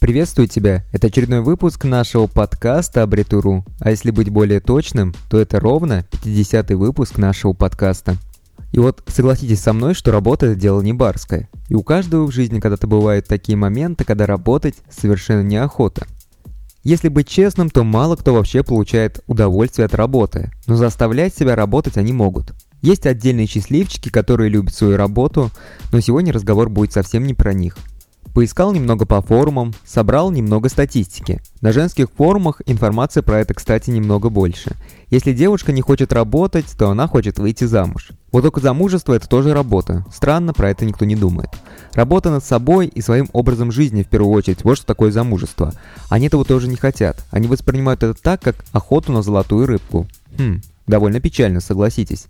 Приветствую тебя! Это очередной выпуск нашего подкаста Абритуру. А если быть более точным, то это ровно 50-й выпуск нашего подкаста. И вот согласитесь со мной, что работа – это дело не барское. И у каждого в жизни когда-то бывают такие моменты, когда работать совершенно неохота. Если быть честным, то мало кто вообще получает удовольствие от работы, но заставлять себя работать они могут. Есть отдельные счастливчики, которые любят свою работу, но сегодня разговор будет совсем не про них. Поискал немного по форумам, собрал немного статистики. На женских форумах информация про это, кстати, немного больше. Если девушка не хочет работать, то она хочет выйти замуж. Вот только замужество – это тоже работа. Странно, про это никто не думает. Работа над собой и своим образом жизни в первую очередь – вот что такое замужество. Они этого тоже не хотят. Они воспринимают это так, как охоту на золотую рыбку. Довольно печально, согласитесь.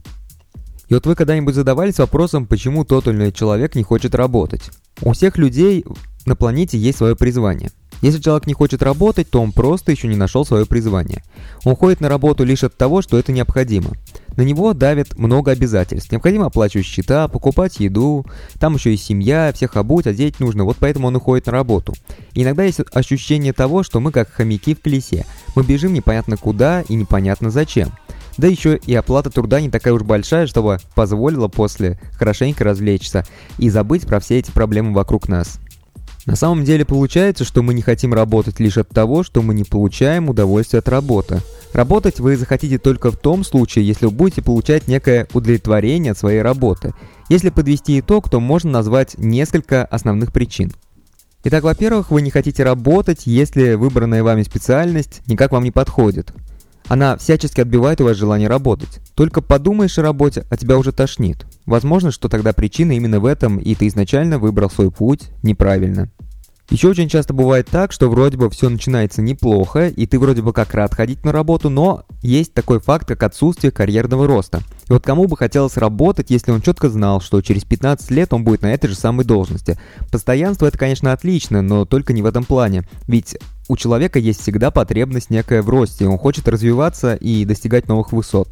И вот вы когда-нибудь задавались вопросом, почему тот или иной человек не хочет работать? У всех людей на планете есть свое призвание. Если человек не хочет работать, то он просто еще не нашел свое призвание. Он ходит на работу лишь от того, что это необходимо. На него давит много обязательств. Необходимо оплачивать счета, покупать еду, там еще и семья, всех обуть, одеть нужно, вот поэтому он и ходит на работу. И иногда есть ощущение того, что мы как хомяки в колесе. Мы бежим непонятно куда и непонятно зачем. Да еще и оплата труда не такая уж большая, чтобы позволила после хорошенько развлечься и забыть про все эти проблемы вокруг нас. На самом деле получается, что мы не хотим работать лишь от того, что мы не получаем удовольствие от работы. Работать вы захотите только в том случае, если вы будете получать некое удовлетворение от своей работы. Если подвести итог, то можно назвать несколько основных причин. Итак, во-первых, вы не хотите работать, если выбранная вами специальность никак вам не подходит. Она всячески отбивает у вас желание работать. Только подумаешь о работе, а тебя уже тошнит. Возможно, что тогда причина именно в этом, и ты изначально выбрал свой путь неправильно. Еще очень часто бывает так, что вроде бы все начинается неплохо, и ты вроде бы как рад ходить на работу, но есть такой факт, как отсутствие карьерного роста. И вот кому бы хотелось работать, если он четко знал, что через 15 лет он будет на этой же самой должности? Постоянство – это, конечно, отлично, но только не в этом плане. Ведь у человека есть всегда потребность некая в росте, он хочет развиваться и достигать новых высот.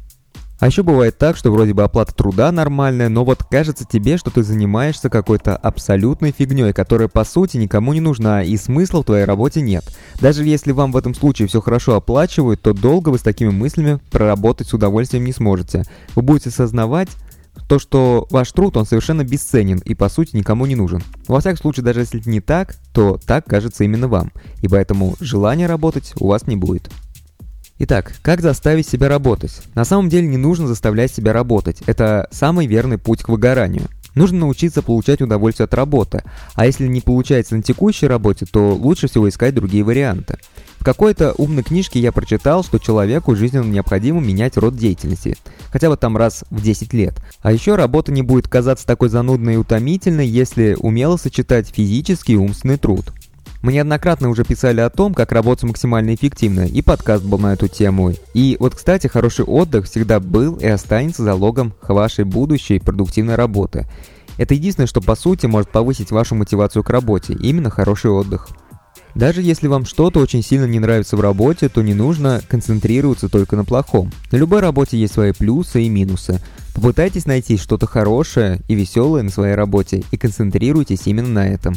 А еще бывает так, что вроде бы оплата труда нормальная, но вот кажется тебе, что ты занимаешься какой-то абсолютной фигней, которая по сути никому не нужна и смысла в твоей работе нет. Даже если вам в этом случае все хорошо оплачивают, то долго вы с такими мыслями проработать с удовольствием не сможете. Вы будете осознавать то, что ваш труд, он совершенно бесценен и по сути никому не нужен. Во всяком случае, даже если это не так, то так кажется именно вам, и поэтому желания работать у вас не будет. Итак, как заставить себя работать? На самом деле не нужно заставлять себя работать. Это самый верный путь к выгоранию. Нужно научиться получать удовольствие от работы. А если не получается на текущей работе, то лучше всего искать другие варианты. В какой-то умной книжке я прочитал, что человеку жизненно необходимо менять род деятельности. Хотя бы там раз в 10 лет. А еще работа не будет казаться такой занудной и утомительной, если умело сочетать физический и умственный труд. Мы неоднократно уже писали о том, как работать максимально эффективно, и подкаст был на эту тему. И вот, кстати, хороший отдых всегда был и останется залогом вашей будущей продуктивной работы. Это единственное, что по сути может повысить вашу мотивацию к работе, именно хороший отдых. Даже если вам что-то очень сильно не нравится в работе, то не нужно концентрироваться только на плохом. На любой работе есть свои плюсы и минусы. Попытайтесь найти что-то хорошее и веселое на своей работе и концентрируйтесь именно на этом.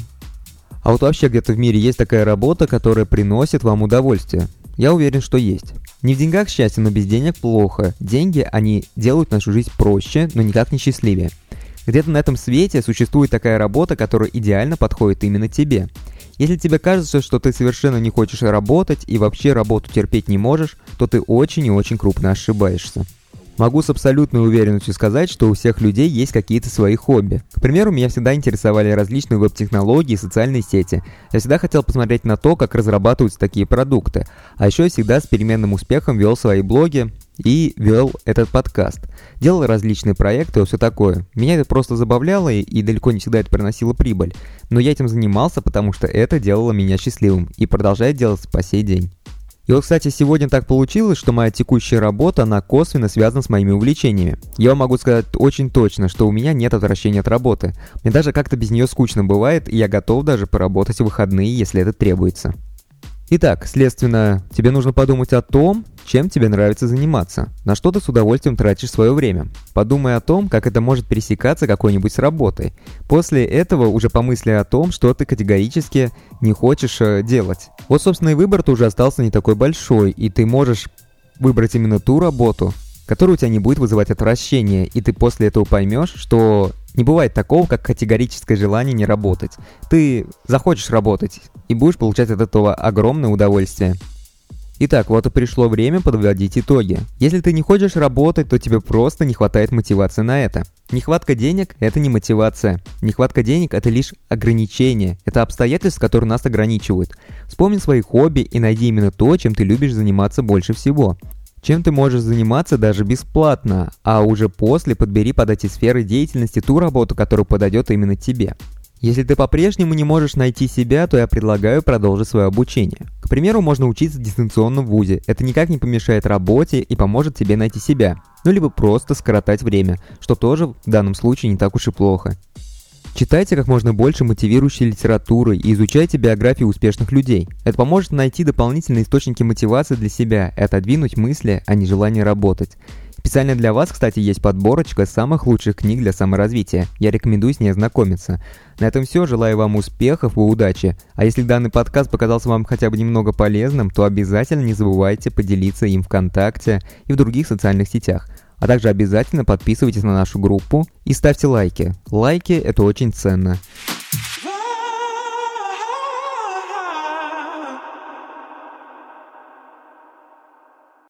А вот вообще где-то в мире есть такая работа, которая приносит вам удовольствие? Я уверен, что есть. Не в деньгах счастье, но без денег плохо. Деньги, они делают нашу жизнь проще, но никак не счастливее. Где-то на этом свете существует такая работа, которая идеально подходит именно тебе. Если тебе кажется, что ты совершенно не хочешь работать и вообще работу терпеть не можешь, то ты очень и очень крупно ошибаешься. Могу с абсолютной уверенностью сказать, что у всех людей есть какие-то свои хобби. К примеру, меня всегда интересовали различные веб-технологии и социальные сети. Я всегда хотел посмотреть на то, как разрабатываются такие продукты. А еще я всегда с переменным успехом вел свои блоги и вел этот подкаст. Делал различные проекты и все такое. Меня это просто забавляло и далеко не всегда это приносило прибыль. Но я этим занимался, потому что это делало меня счастливым и продолжает делать по сей день. И вот, кстати, сегодня так получилось, что моя текущая работа, она косвенно связана с моими увлечениями. Я вам могу сказать очень точно, что у меня нет отвращения от работы. Мне даже как-то без нее скучно бывает, и я готов даже поработать в выходные, если это требуется. Итак, следственно, тебе нужно подумать о том, чем тебе нравится заниматься, на что ты с удовольствием тратишь свое время. Подумай о том, как это может пересекаться какой-нибудь с работой. После этого уже помысли о том, что ты категорически не хочешь делать. Вот, собственно, и выбор-то уже остался не такой большой, и ты можешь выбрать именно ту работу, которая у тебя не будет вызывать отвращение, и ты после этого поймешь, что не бывает такого, как категорическое желание не работать. Ты захочешь работать и будешь получать от этого огромное удовольствие. Итак, вот и пришло время подводить итоги. Если ты не хочешь работать, то тебе просто не хватает мотивации на это. Нехватка денег – это не мотивация. Нехватка денег – это лишь ограничение. Это обстоятельства, которые нас ограничивают. Вспомни свои хобби и найди именно то, чем ты любишь заниматься больше всего. Чем ты можешь заниматься даже бесплатно, а уже после подбери под эти сферы деятельности ту работу, которая подойдет именно тебе. Если ты по-прежнему не можешь найти себя, то я предлагаю продолжить свое обучение. К примеру, можно учиться дистанционно в вузе. Это никак не помешает работе и поможет тебе найти себя. Ну, либо просто скоротать время, что тоже в данном случае не так уж и плохо. Читайте как можно больше мотивирующей литературы и изучайте биографии успешных людей. Это поможет найти дополнительные источники мотивации для себя и отодвинуть мысли о нежелании работать. Специально для вас, кстати, есть подборочка самых лучших книг для саморазвития. Я рекомендую с ней ознакомиться. На этом все. Желаю вам успехов и удачи. А если данный подкаст показался вам хотя бы немного полезным, то обязательно не забывайте поделиться им ВКонтакте и в других социальных сетях. А также обязательно подписывайтесь на нашу группу и ставьте лайки. Лайки – это очень ценно.